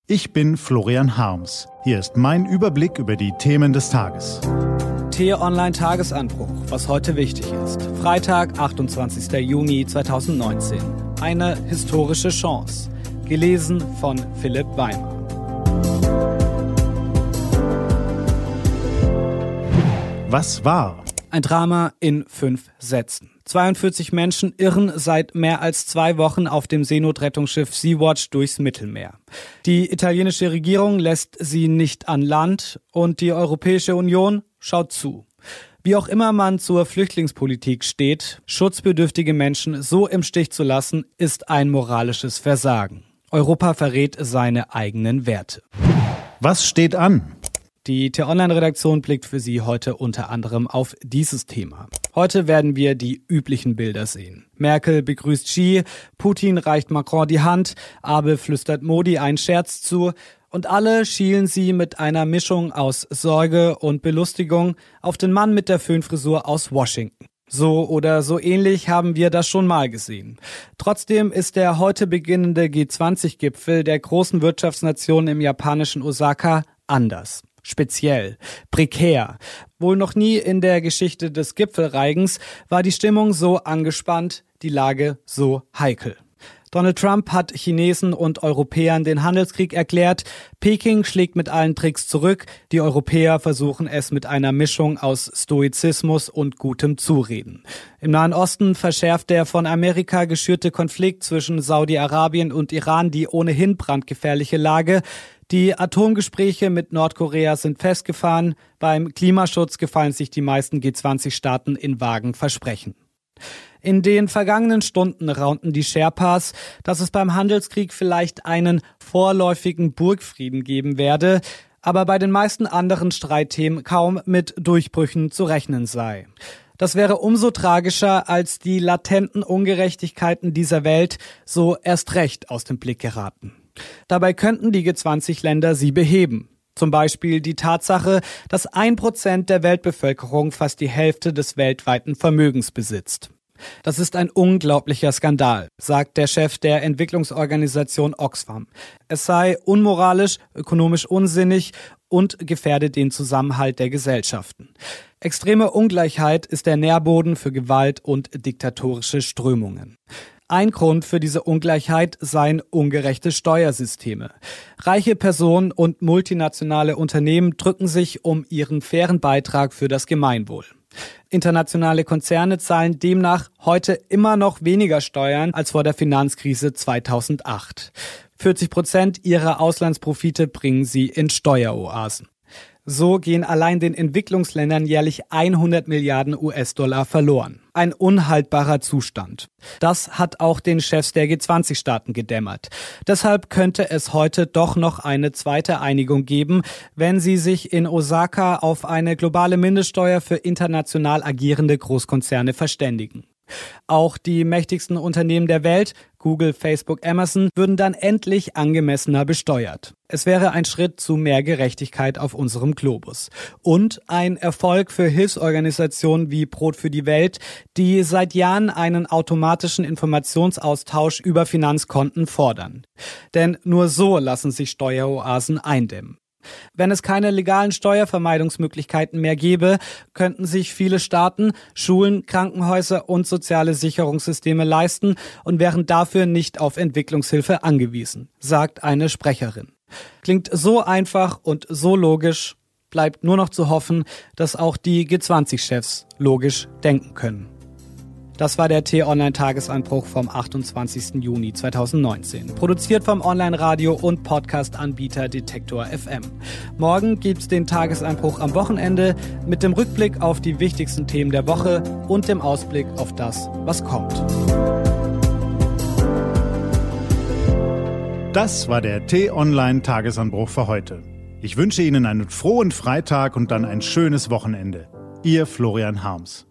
Ich bin Florian Harms. Hier ist mein Überblick über die Themen des Tages. T-Online-Tagesanbruch, was heute wichtig ist. Freitag, 28. Juni 2019. Eine historische Chance. Gelesen von Philipp Weimar. Was war? Ein Drama in 5 Sätzen. 42 Menschen irren seit mehr als 2 Wochen auf dem Seenotrettungsschiff Sea-Watch durchs Mittelmeer. Die italienische Regierung lässt sie nicht an Land und die Europäische Union schaut zu. Wie auch immer man zur Flüchtlingspolitik steht, schutzbedürftige Menschen so im Stich zu lassen, ist ein moralisches Versagen. Europa verrät seine eigenen Werte. Was steht an? Die T-Online-Redaktion blickt für Sie heute unter anderem auf dieses Thema. Heute werden wir die üblichen Bilder sehen. Merkel begrüßt Xi, Putin reicht Macron die Hand, Abe flüstert Modi einen Scherz zu und alle schielen sie mit einer Mischung aus Sorge und Belustigung auf den Mann mit der Föhnfrisur aus Washington. So oder so ähnlich haben wir das schon mal gesehen. Trotzdem ist der heute beginnende G20-Gipfel der großen Wirtschaftsnationen im japanischen Osaka anders. Speziell, prekär. Wohl noch nie in der Geschichte des Gipfelreigens war die Stimmung so angespannt, die Lage so heikel. Donald Trump hat Chinesen und Europäern den Handelskrieg erklärt. Peking schlägt mit allen Tricks zurück. Die Europäer versuchen es mit einer Mischung aus Stoizismus und gutem Zureden. Im Nahen Osten verschärft der von Amerika geschürte Konflikt zwischen Saudi-Arabien und Iran die ohnehin brandgefährliche Lage. Die Atomgespräche mit Nordkorea sind festgefahren. Beim Klimaschutz gefallen sich die meisten G20-Staaten in vagen Versprechen. In den vergangenen Stunden raunten die Sherpas, dass es beim Handelskrieg vielleicht einen vorläufigen Burgfrieden geben werde, aber bei den meisten anderen Streitthemen kaum mit Durchbrüchen zu rechnen sei. Das wäre umso tragischer, als die latenten Ungerechtigkeiten dieser Welt so erst recht aus dem Blick geraten. Dabei könnten die G20-Länder sie beheben. Zum Beispiel die Tatsache, dass 1% der Weltbevölkerung fast die Hälfte des weltweiten Vermögens besitzt. Das ist ein unglaublicher Skandal, sagt der Chef der Entwicklungsorganisation Oxfam. Es sei unmoralisch, ökonomisch unsinnig und gefährde den Zusammenhalt der Gesellschaften. Extreme Ungleichheit ist der Nährboden für Gewalt und diktatorische Strömungen. Ein Grund für diese Ungleichheit seien ungerechte Steuersysteme. Reiche Personen und multinationale Unternehmen drücken sich um ihren fairen Beitrag für das Gemeinwohl. Internationale Konzerne zahlen demnach heute immer noch weniger Steuern als vor der Finanzkrise 2008. 40% ihrer Auslandsprofite bringen sie in Steueroasen. So gehen allein den Entwicklungsländern jährlich 100 Milliarden US-Dollar verloren. Ein unhaltbarer Zustand. Das hat auch den Chefs der G20-Staaten gedämmert. Deshalb könnte es heute doch noch eine zweite Einigung geben, wenn sie sich in Osaka auf eine globale Mindeststeuer für international agierende Großkonzerne verständigen. Auch die mächtigsten Unternehmen der Welt, Google, Facebook, Amazon, würden dann endlich angemessener besteuert. Es wäre ein Schritt zu mehr Gerechtigkeit auf unserem Globus. Und ein Erfolg für Hilfsorganisationen wie Brot für die Welt, die seit Jahren einen automatischen Informationsaustausch über Finanzkonten fordern. Denn nur so lassen sich Steueroasen eindämmen. Wenn es keine legalen Steuervermeidungsmöglichkeiten mehr gäbe, könnten sich viele Staaten, Schulen, Krankenhäuser und soziale Sicherungssysteme leisten und wären dafür nicht auf Entwicklungshilfe angewiesen, sagt eine Sprecherin. Klingt so einfach und so logisch, bleibt nur noch zu hoffen, dass auch die G20-Chefs logisch denken können. Das war der T-Online-Tagesanbruch vom 28. Juni 2019. Produziert vom Online-Radio- und Podcast-Anbieter Detektor FM. Morgen gibt's den Tagesanbruch am Wochenende mit dem Rückblick auf die wichtigsten Themen der Woche und dem Ausblick auf das, was kommt. Das war der T-Online-Tagesanbruch für heute. Ich wünsche Ihnen einen frohen Freitag und dann ein schönes Wochenende. Ihr Florian Harms.